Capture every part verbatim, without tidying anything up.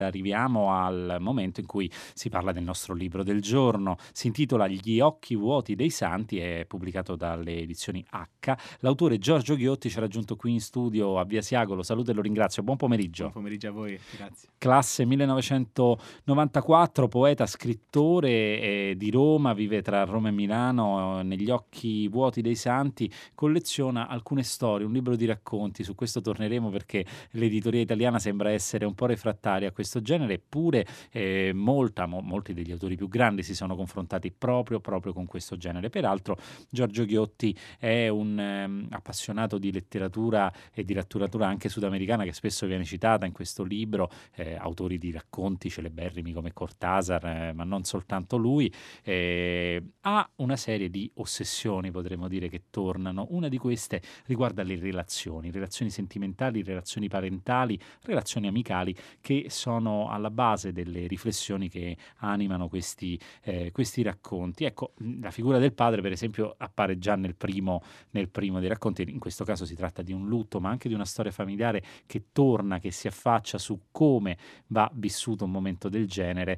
Arriviamo al momento in cui si parla del nostro libro del giorno. Si intitola Gli occhi vuoti dei santi, è pubblicato dalle edizioni H. L'autore Giorgio Ghiotti ci ha raggiunto qui in studio a Via Siago, lo saluto e lo ringrazio. Buon Buon pomeriggio. pomeriggio a voi, grazie. Classe millenovecentonovantaquattro, poeta, scrittore eh, di Roma, vive tra Roma e Milano, eh, negli occhi vuoti dei santi, colleziona alcune storie, un libro di racconti, su questo torneremo perché l'editoria italiana sembra essere un po' refrattaria a questo genere, eppure eh, molta, mo- molti degli autori più grandi si sono confrontati proprio, proprio con questo genere. Peraltro Giorgio Ghiotti è un ehm, appassionato di letteratura e di letteratura anche sudamericana che spesso viene citata in questo libro, eh, autori di racconti celeberrimi come Cortázar, eh, ma non soltanto lui, eh, ha una serie di ossessioni, potremmo dire, che tornano. Una di queste riguarda le relazioni, relazioni sentimentali, relazioni parentali, relazioni amicali, che sono alla base delle riflessioni che animano questi, eh, questi racconti. Ecco, la figura del padre, per esempio, appare già nel primo, nel primo dei racconti. In questo caso si tratta di un lutto, ma anche di una storia familiare che torna, che si affaccia su come va vissuto un momento del genere,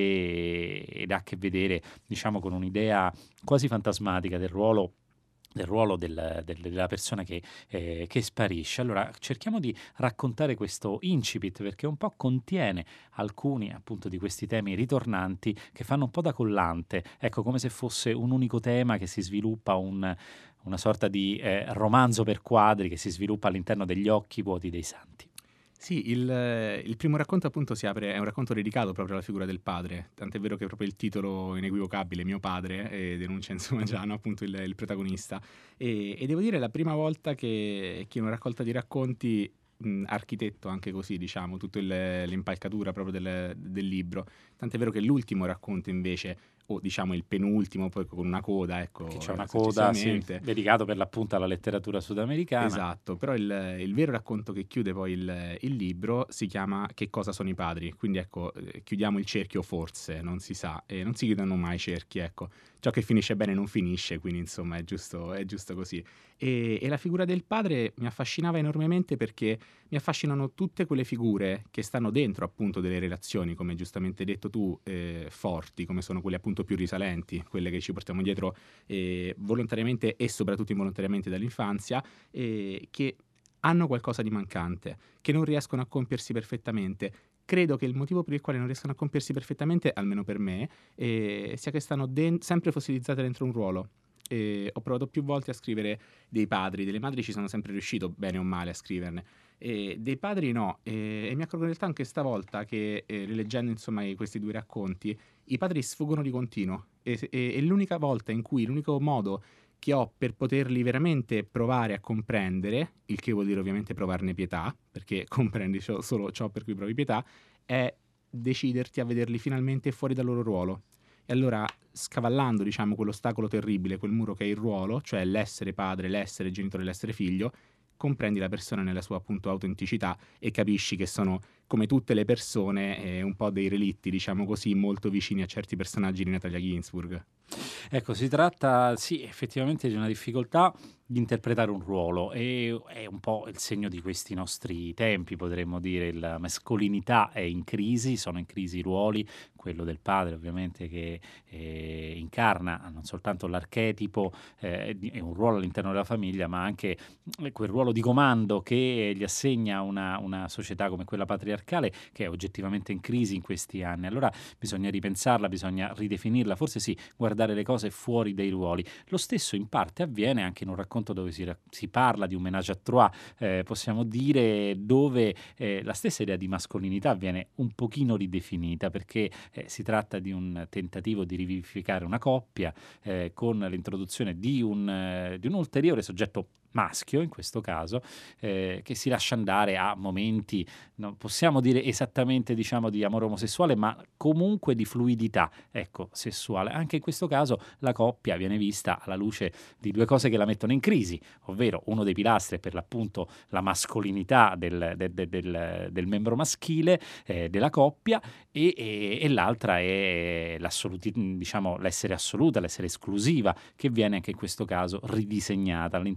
e, ed ha a che vedere, diciamo, con un'idea quasi fantasmatica del ruolo del ruolo del, del, della persona che, eh, che sparisce. Allora cerchiamo di raccontare questo incipit perché un po' contiene alcuni appunto di questi temi ritornanti che fanno un po' da collante, ecco, come se fosse un unico tema che si sviluppa, un, una sorta di eh, romanzo per quadri che si sviluppa all'interno degli occhi vuoti dei santi. Sì, il, il primo racconto appunto si apre, è un racconto dedicato proprio alla figura del padre, tant'è vero che proprio il titolo inequivocabile, Mio padre, eh, denuncia insomma già, no, appunto il, il protagonista. E, e devo dire è la prima volta che, che in una raccolta di racconti mh, architetto anche così, diciamo, tutta l'impalcatura proprio del, del libro, tant'è vero che l'ultimo racconto invece, o diciamo il penultimo, poi con una coda, Che ecco, c'è una coda, sì, successivamente. dedicato per l'appunto alla letteratura sudamericana. Esatto, però il, il vero racconto che chiude poi il, il libro si chiama Che cosa sono i padri? Quindi ecco, eh, chiudiamo il cerchio forse, non si sa, e non si chiudono mai i cerchi, ecco. Ciò che finisce bene non finisce, quindi insomma è giusto, è giusto così. E, e la figura del padre mi affascinava enormemente perché mi affascinano tutte quelle figure che stanno dentro appunto delle relazioni, come giustamente detto tu, eh, forti, come sono quelle appunto più risalenti, quelle che ci portiamo dietro eh, volontariamente e soprattutto involontariamente dall'infanzia, eh, che hanno qualcosa di mancante, che non riescono a compiersi perfettamente. Credo che il motivo per il quale non riescono a compiersi perfettamente, almeno per me, eh, sia che stanno den- sempre fossilizzate dentro un ruolo. E ho provato più volte a scrivere dei padri, delle madri ci sono sempre riuscito, bene o male, a scriverne. E dei padri no, e, e mi accorgo in realtà anche stavolta che, eh, rileggendo insomma i- questi due racconti, i padri sfuggono di continuo. E, e- e l'unica volta in cui, l'unico modo che ho per poterli veramente provare a comprendere, il che vuol dire ovviamente provarne pietà, perché comprendi ciò- solo ciò per cui provi pietà, è deciderti a vederli finalmente fuori dal loro ruolo. E allora, scavallando, diciamo, quell'ostacolo terribile, quel muro che è il ruolo, cioè l'essere padre, l'essere genitore, l'essere figlio, comprendi la persona nella sua appunto autenticità e capisci che sono, come tutte le persone, eh, un po' dei relitti, diciamo così, molto vicini a certi personaggi di Natalia Ginsburg. Ecco, si tratta, sì, effettivamente di una difficoltà di interpretare un ruolo e è un po' il segno di questi nostri tempi, potremmo dire. La mascolinità è in crisi, sono in crisi i ruoli, quello del padre ovviamente che eh, incarna non soltanto l'archetipo, eh, è un ruolo all'interno della famiglia, ma anche eh, quel ruolo di comando che gli assegna una, una società come quella patriarcale che è oggettivamente in crisi in questi anni. Allora bisogna ripensarla, bisogna ridefinirla, forse sì, guardare le cose fuori dai ruoli. Lo stesso in parte avviene anche in un racconto dove si, ra- si parla di un ménage à trois, eh, possiamo dire, dove eh, la stessa idea di mascolinità viene un pochino ridefinita perché eh, si tratta di un tentativo di rivivificare una coppia eh, con l'introduzione di un, eh, di un ulteriore soggetto maschio in questo caso, eh, che si lascia andare a momenti, non possiamo dire esattamente diciamo di amore omosessuale, ma comunque di fluidità, ecco, sessuale. Anche in questo caso la coppia viene vista alla luce di due cose che la mettono in crisi, ovvero uno dei pilastri è per l'appunto la mascolinità del, del- del- del- del membro maschile eh, della coppia e, e- e l'altra è l'assoluti- diciamo, l'essere assoluta, l'essere esclusiva, che viene anche in questo caso ridisegnata all'interno di un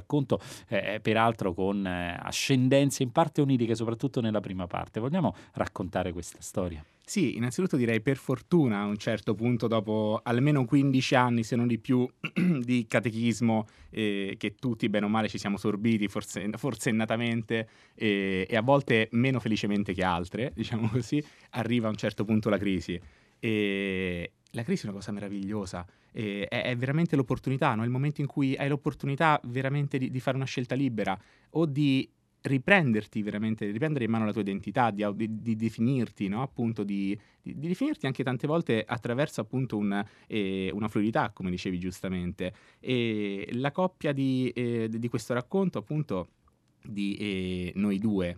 racconto, eh, peraltro con eh, ascendenze in parte oniriche, soprattutto nella prima parte. Vogliamo raccontare questa storia? Sì, innanzitutto direi per fortuna a un certo punto, dopo almeno quindici anni, se non di più, di catechismo, eh, che tutti bene o male ci siamo sorbiti, forse, forsennatamente, eh, e a volte meno felicemente che altre, diciamo così, arriva a un certo punto la crisi. E la crisi è una cosa meravigliosa, e è, è veramente l'opportunità, no? Il momento in cui hai l'opportunità veramente di, di fare una scelta libera o di riprenderti veramente, riprendere in mano la tua identità, di, au- di- di definirti, no? Appunto, di, di- di definirti anche tante volte attraverso appunto un, eh, una fluidità, come dicevi giustamente. E la coppia di, eh, di questo racconto, appunto, di eh, noi due,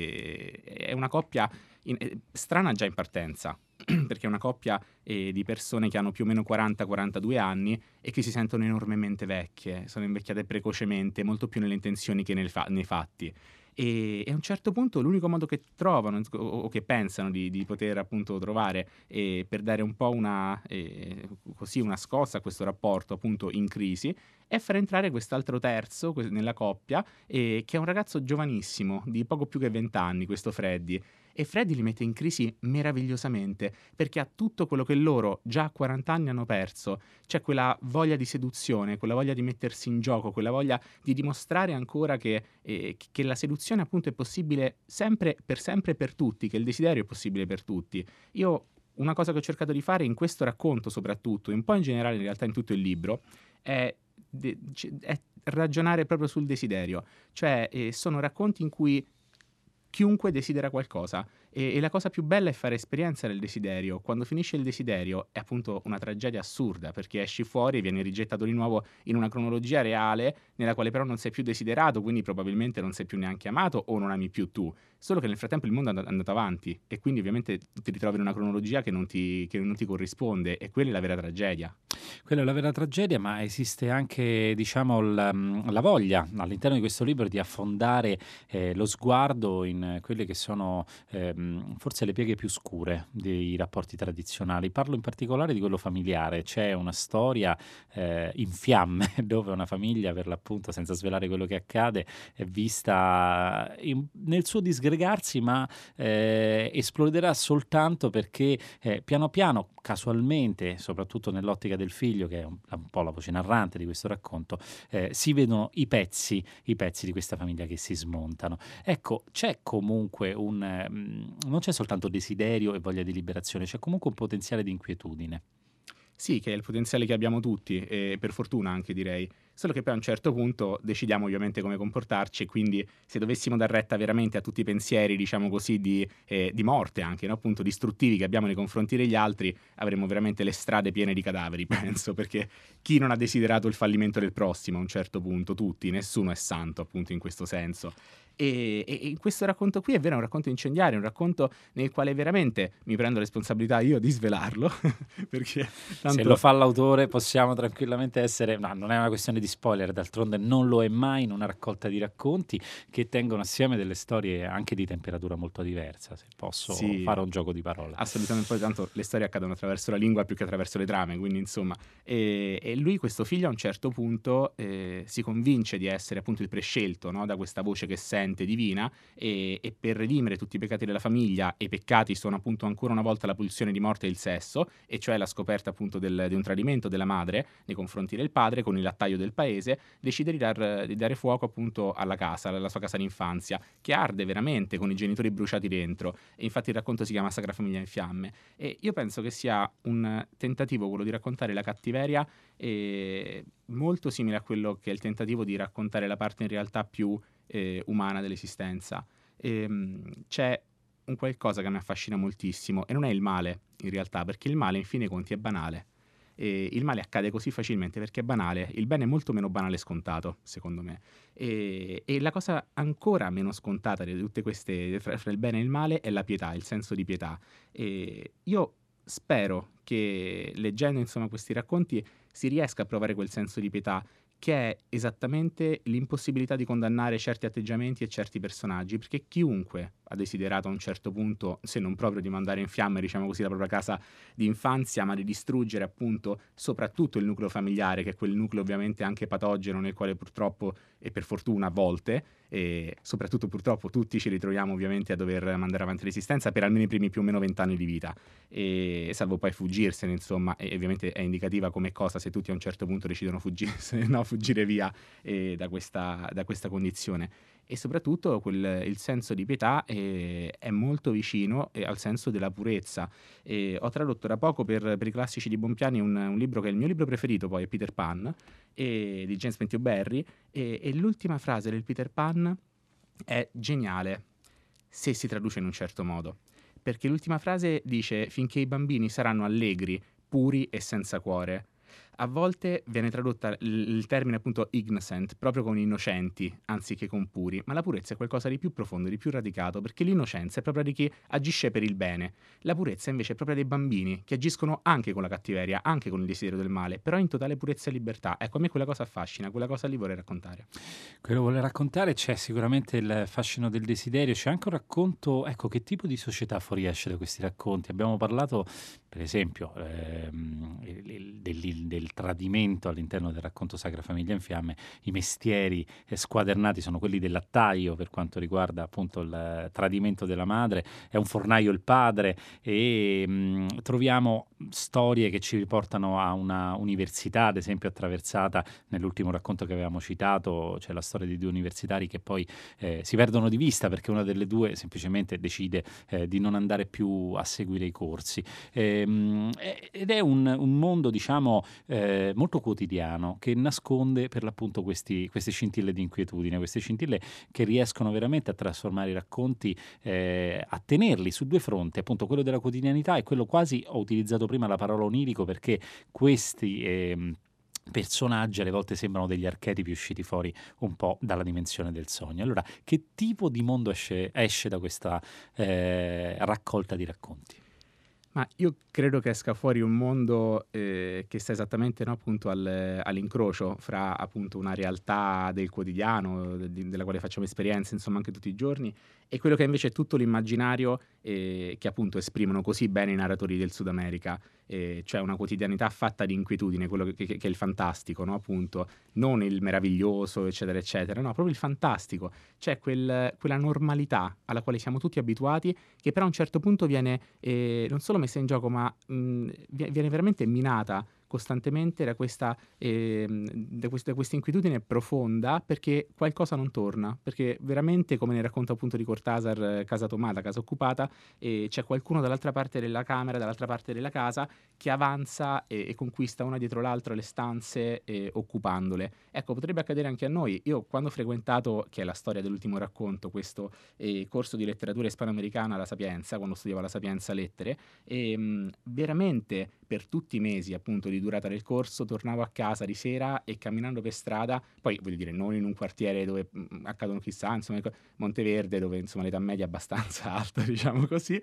eh, è una coppia in- eh, strana già in partenza, perché è una coppia eh, di persone che hanno più o meno quaranta quarantadue anni e che si sentono enormemente vecchie, sono invecchiate precocemente, molto più nelle intenzioni che nel fa- nei fatti. E, e a un certo punto l'unico modo che trovano o, o che pensano di, di poter appunto trovare eh, per dare un po' una, eh, così una scossa a questo rapporto appunto in crisi è far entrare quest'altro terzo que- nella coppia, eh, che è un ragazzo giovanissimo, di poco più che venti anni, questo Freddy. E Freddy li mette in crisi meravigliosamente, perché ha tutto quello che loro già a quaranta anni hanno perso. C'è quella voglia di seduzione, quella voglia di mettersi in gioco, quella voglia di dimostrare ancora che, eh, che la seduzione appunto è possibile sempre, per sempre e per tutti, che il desiderio è possibile per tutti. Io una cosa che ho cercato di fare in questo racconto soprattutto, e un po' in generale in realtà in tutto il libro, è, de- c- è ragionare proprio sul desiderio. Cioè eh, sono racconti in cui chiunque desidera qualcosa e, e la cosa più bella è fare esperienza del desiderio. Quando finisce il desiderio è appunto una tragedia assurda, perché esci fuori e vieni rigettato di nuovo in una cronologia reale nella quale però non sei più desiderato, quindi probabilmente non sei più neanche amato o non ami più tu. Solo che nel frattempo il mondo è and- andato avanti e quindi ovviamente ti ritrovi in una cronologia che non ti, che non ti corrisponde, e quella è la vera tragedia. Quella è la vera tragedia, ma esiste anche, diciamo, l- mh, la voglia all'interno di questo libro di affondare eh, lo sguardo in quelle che sono ehm, forse le pieghe più scure dei rapporti tradizionali. Parlo in particolare di quello familiare. C'è una storia eh, in fiamme dove una famiglia, per l'appunto, senza svelare quello che accade, è vista in- nel suo disgregarsi, ma eh, esploderà soltanto perché eh, piano piano, casualmente, soprattutto nell'ottica del figlio, che è un, un po' la voce narrante di questo racconto, eh, si vedono i pezzi, i pezzi di questa famiglia che si smontano. Ecco, c'è comunque un... ehm, non c'è soltanto desiderio e voglia di liberazione, c'è comunque un potenziale di inquietudine. Sì, che è il potenziale che abbiamo tutti, e per fortuna anche direi. Solo che poi a un certo punto decidiamo ovviamente come comportarci, e quindi se dovessimo dar retta veramente a tutti i pensieri, diciamo così, di, eh, di morte anche, no? Appunto distruttivi che abbiamo nei confronti degli altri, avremmo veramente le strade piene di cadaveri, penso, perché chi non ha desiderato il fallimento del prossimo a un certo punto? Tutti, nessuno è santo appunto in questo senso. E, e- e in questo racconto qui è vero, è un racconto incendiario, un racconto nel quale veramente mi prendo responsabilità io di svelarlo, perché Se lo tanto fa l'autore possiamo tranquillamente essere, no, non è una questione di spoiler, d'altronde non lo è mai in una raccolta di racconti che tengono assieme delle storie anche di temperatura molto diversa, se posso sì, fare un gioco di parole. assolutamente, poi tanto le storie accadono attraverso la lingua più che attraverso le trame, quindi insomma, e, e lui, questo figlio, a un certo punto eh, si convince di essere appunto il prescelto, no? Da questa voce che sente divina, e, e per redimere tutti i peccati della famiglia, e i peccati sono appunto ancora una volta la pulsione di morte e il sesso, e cioè la scoperta appunto del- di un tradimento della madre nei confronti del padre con il lattaio del paese, decide di, dar- di dare fuoco appunto alla casa, alla sua casa d'infanzia, che arde veramente con i genitori bruciati dentro. E infatti il racconto si chiama Sacra Famiglia in Fiamme. E io penso che sia un tentativo quello di raccontare la cattiveria, eh, molto simile a quello che è il tentativo di raccontare la parte in realtà più eh, umana dell'esistenza. Ehm, c'è un qualcosa che mi affascina moltissimo, e non è il male in realtà, perché il male in fin dei conti è banale. E il male accade così facilmente perché è banale, il bene è molto meno banale e scontato, secondo me. E, e la cosa ancora meno scontata di tutte queste, fra, fra il bene e il male, è la pietà, il senso di pietà. E io spero che leggendo insomma questi racconti si riesca a provare quel senso di pietà, che è esattamente l'impossibilità di condannare certi atteggiamenti e certi personaggi, perché chiunque ha desiderato a un certo punto, se non proprio di mandare in fiamme, diciamo così, la propria casa di infanzia, ma di distruggere appunto soprattutto il nucleo familiare, che è quel nucleo ovviamente anche patogeno nel quale purtroppo e per fortuna a volte, e soprattutto purtroppo tutti ci ritroviamo ovviamente a dover mandare avanti l'esistenza per almeno i primi più o meno vent'anni di vita, e salvo poi fuggirsene, insomma, e ovviamente è indicativa come cosa se tutti a un certo punto decidono fuggirsene, no, fuggire via eh, da questa, da questa condizione. E soprattutto quel, il senso di pietà eh, è molto vicino eh, al senso della purezza. E ho tradotto da poco per, per i classici di Bompiani un, un libro che è il mio libro preferito, poi è Peter Pan, e, di James Matthew Barry, e, e l'ultima frase del Peter Pan è geniale se si traduce in un certo modo, perché l'ultima frase dice: finché i bambini saranno allegri, puri e senza cuore. A volte viene tradotta il, il termine appunto innocent, proprio con innocenti, anziché con puri, ma la purezza è qualcosa di più profondo, di più radicato, perché l'innocenza è proprio di chi agisce per il bene. La purezza invece è proprio dei bambini, che agiscono anche con la cattiveria, anche con il desiderio del male, però in totale purezza e libertà. Ecco, a me quella cosa affascina, quella cosa lì vorrei raccontare. Quello vuole raccontare, c'è sicuramente il fascino del desiderio, c'è anche un racconto, ecco, che tipo di società fuoriesce da questi racconti? Abbiamo parlato, per esempio, ehm, il- il- del, del tradimento all'interno del racconto Sacra Famiglia in Fiamme. I mestieri eh, squadernati sono quelli del lattaio per quanto riguarda appunto il tradimento della madre, è un fornaio il padre, e mh, troviamo storie che ci riportano a una università, ad esempio attraversata nell'ultimo racconto che avevamo citato. C'è la storia di due universitari che poi eh, si perdono di vista perché una delle due semplicemente decide eh, di non andare più a seguire i corsi. Ehm, ed è un, un mondo, diciamo, eh, molto quotidiano, che nasconde per l'appunto questi, queste scintille di inquietudine, queste scintille che riescono veramente a trasformare i racconti, eh, a tenerli su due fronti, appunto quello della quotidianità e quello, quasi ho utilizzato prima la parola onirico, perché questi ehm, personaggi alle volte sembrano degli archetipi usciti fuori un po' dalla dimensione del sogno. Allora, che tipo di mondo esce, esce da questa eh, raccolta di racconti? Ma io credo che esca fuori un mondo eh, che sta esattamente, no, appunto al- all'incrocio fra appunto una realtà del quotidiano, de- di- della quale facciamo esperienza, insomma, anche tutti i giorni, e quello che invece è tutto l'immaginario eh, che appunto esprimono così bene i narratori del Sud America, eh, cioè una quotidianità fatta di inquietudine, quello che, che- che è il fantastico, no? Appunto, non il meraviglioso, eccetera, eccetera, no, proprio il fantastico, c'è quel- quella normalità alla quale siamo tutti abituati, che però a un certo punto viene eh, non solo messa in gioco, ma mh, vie- viene veramente minata costantemente da questa, ehm, da quest- da questa inquietudine profonda, perché qualcosa non torna, perché veramente, come nel racconto appunto di Cortázar, eh, Casa Tomata, Casa Occupata, eh, c'è qualcuno dall'altra parte della camera, dall'altra parte della casa, che avanza e, e conquista una dietro l'altra le stanze, eh, occupandole. Ecco, potrebbe accadere anche a noi. Io quando ho frequentato, che è la storia dell'ultimo racconto, questo eh, corso di letteratura ispanoamericana alla Sapienza, quando studiavo alla Sapienza Lettere, e mh, veramente per tutti i mesi appunto di durata del corso tornavo a casa di sera e camminando per strada, poi voglio dire non in un quartiere dove mh, accadono chissà, insomma, ecco, Monteverde, dove insomma l'età media è abbastanza alta, diciamo così,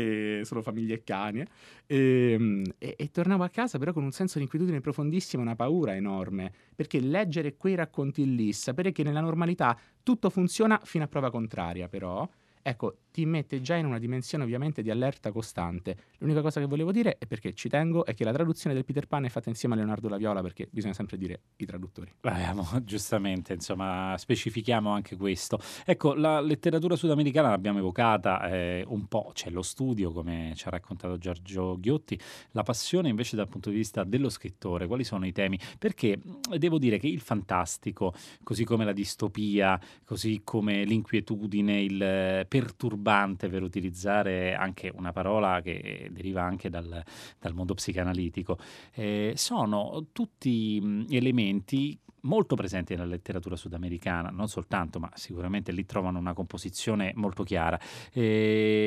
e solo famiglie e cani, e, mh, e, e tornavo a casa però con un senso di inquietudine profondissima, una paura enorme, perché leggere quei racconti lì, sapere che nella normalità tutto funziona fino a prova contraria, però ecco, ti mette già in una dimensione ovviamente di allerta costante. L'unica cosa che volevo dire, è perché ci tengo, è che la traduzione del Peter Pan è fatta insieme a Leonardo Laviola, perché bisogna sempre dire i traduttori. Abbiamo giustamente, insomma, specifichiamo anche questo. Ecco, la letteratura sudamericana l'abbiamo evocata eh, un po', c'è lo studio, come ci ha raccontato Giorgio Ghiotti, la passione invece dal punto di vista dello scrittore, quali sono i temi? Perché mh, devo dire che il fantastico, così come la distopia, così come l'inquietudine, il eh, perturbante, per utilizzare anche una parola che deriva anche dal, dal mondo psicanalitico, eh, sono tutti mh, elementi molto presenti nella letteratura sudamericana, non soltanto, ma sicuramente lì trovano una composizione molto chiara. Eh,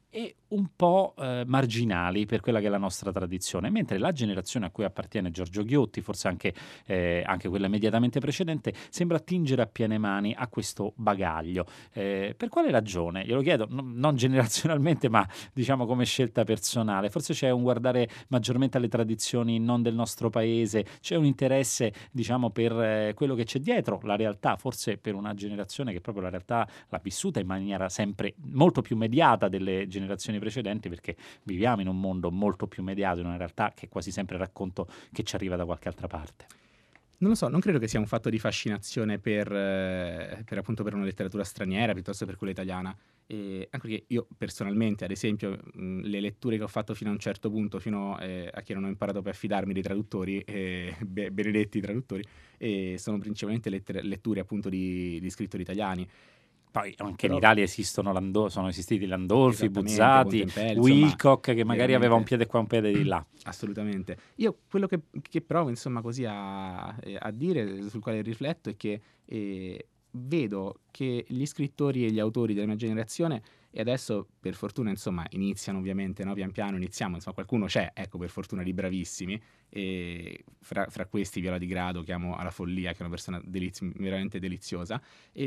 e un po' eh, marginali per quella che è la nostra tradizione, mentre la generazione a cui appartiene Giorgio Ghiotti, forse anche, eh, anche quella immediatamente precedente, sembra attingere a piene mani a questo bagaglio. Eh, per quale ragione? Glielo chiedo, no- non generazionalmente, ma diciamo come scelta personale. Forse c'è un guardare maggiormente alle tradizioni non del nostro paese, c'è un interesse, diciamo, per eh, quello che c'è dietro la realtà, forse per una generazione che proprio la realtà l'ha vissuta in maniera sempre molto più mediata delle generazioni precedenti, perché viviamo in un mondo molto più mediato, in una realtà che è quasi sempre racconto che ci arriva da qualche altra parte. Non lo so, non credo che sia un fatto di fascinazione per, eh, per appunto per una letteratura straniera piuttosto che per quella italiana. E anche perché io personalmente, ad esempio, mh, le letture che ho fatto fino a un certo punto, fino eh, a che non ho imparato poi a fidarmi dei traduttori, eh, be- benedetti traduttori, e sono principalmente lettere- letture appunto di, di scrittori italiani. Poi anche in Però Italia esistono Lando- sono esistiti Landolfi, esattamente, Buzzati, Contempelli, insomma, Wilcock, che magari aveva un veramente piede qua un piede di là. assolutamente. Io quello che, che provo, insomma, così a, eh, a dire, sul quale rifletto, è che eh, vedo che gli scrittori e gli autori della mia generazione, e adesso per fortuna, insomma, iniziano ovviamente, no? Pian piano iniziamo, insomma, qualcuno c'è, ecco, per fortuna, di bravissimi, e fra, fra questi Viola Di Grado, che amo alla follia, che è una persona deliz- veramente deliziosa,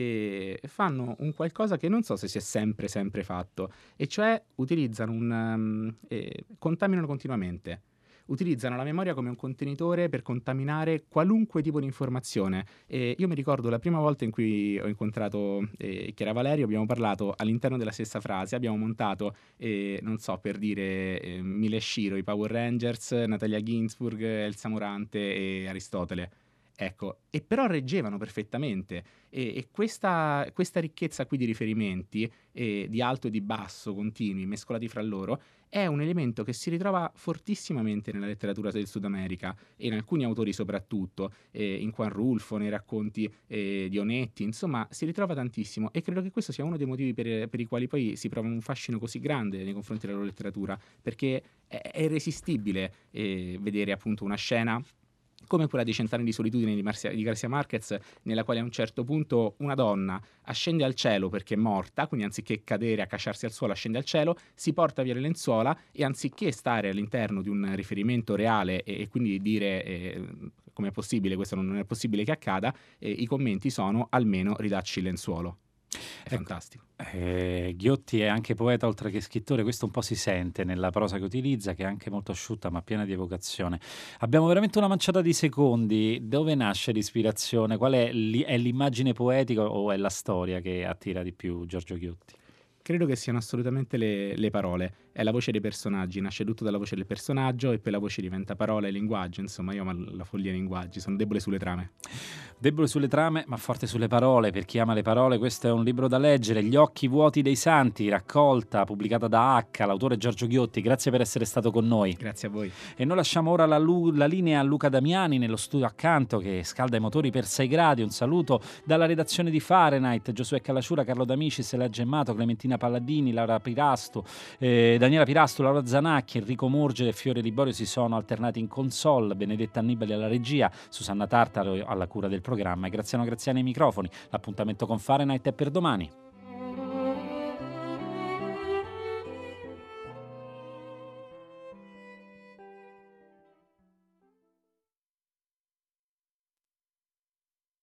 e fanno un qualcosa che non so se si è sempre sempre fatto, e cioè utilizzano un um, eh, contaminano continuamente. Utilizzano la memoria come un contenitore per contaminare qualunque tipo di informazione. E io mi ricordo la prima volta in cui ho incontrato eh, Chiara Valerio, abbiamo parlato all'interno della stessa frase, abbiamo montato, eh, non so, per dire, eh, Mile Shiro, i Power Rangers, Natalia Ginsburg, Elsa Morante e Aristotele. Ecco, e però reggevano perfettamente, e, e questa, questa ricchezza qui di riferimenti, eh, di alto e di basso continui mescolati fra loro, è un elemento che si ritrova fortissimamente nella letteratura del Sud America, e in alcuni autori soprattutto, eh, in Juan Rulfo, nei racconti eh, di Onetti, insomma si ritrova tantissimo, e credo che questo sia uno dei motivi per, per i quali poi si prova un fascino così grande nei confronti della loro letteratura, perché è, è irresistibile eh, vedere appunto una scena come quella di Cent'anni di solitudine di, Marcia- di Garcia Marquez, nella quale a un certo punto una donna ascende al cielo perché è morta, quindi anziché cadere a cacciarsi al suolo ascende al cielo, si porta via le lenzuola, e anziché stare all'interno di un riferimento reale e, e quindi dire eh, come è possibile, questo non è possibile che accada, eh, i commenti sono: almeno ridacci il lenzuolo. È Ecco, fantastico. eh, Ghiotti è anche poeta oltre che scrittore, questo un po' si sente nella prosa che utilizza, che è anche molto asciutta ma piena di evocazione. Abbiamo veramente una manciata di secondi. Dove nasce l'ispirazione? Qual è, l'i- è l'immagine poetica o è la storia che attira di più Giorgio Ghiotti? Credo che siano assolutamente le, le parole, è la voce dei personaggi, nasce tutto dalla voce del personaggio e poi la voce diventa parola e linguaggio, insomma io amo la follia dei linguaggi, sono debole sulle trame. Debole sulle trame, ma forte sulle parole. Per chi ama le parole, questo è un libro da leggere. Gli occhi vuoti dei santi, raccolta, pubblicata da H, l'autore Giorgio Ghiotti. Grazie per essere stato con noi. Grazie a voi. E noi lasciamo ora la, lu- la linea a Luca Damiani nello studio accanto che scalda i motori per sei gradi. Un saluto dalla redazione di Fahrenheit, Giosuè Calacciura, Carlo D'Amici, Sela Gemmato, Clementina Palladini, Laura Pirasto, eh, Daniela Pirasto, Laura Zanacchi, Enrico Murgere e Fiore Liborio si sono alternati in console, Benedetta Annibali alla regia, Susanna Tartaro alla cura del programma e Graziano Graziani ai microfoni. L'appuntamento con Fahrenheit è per domani.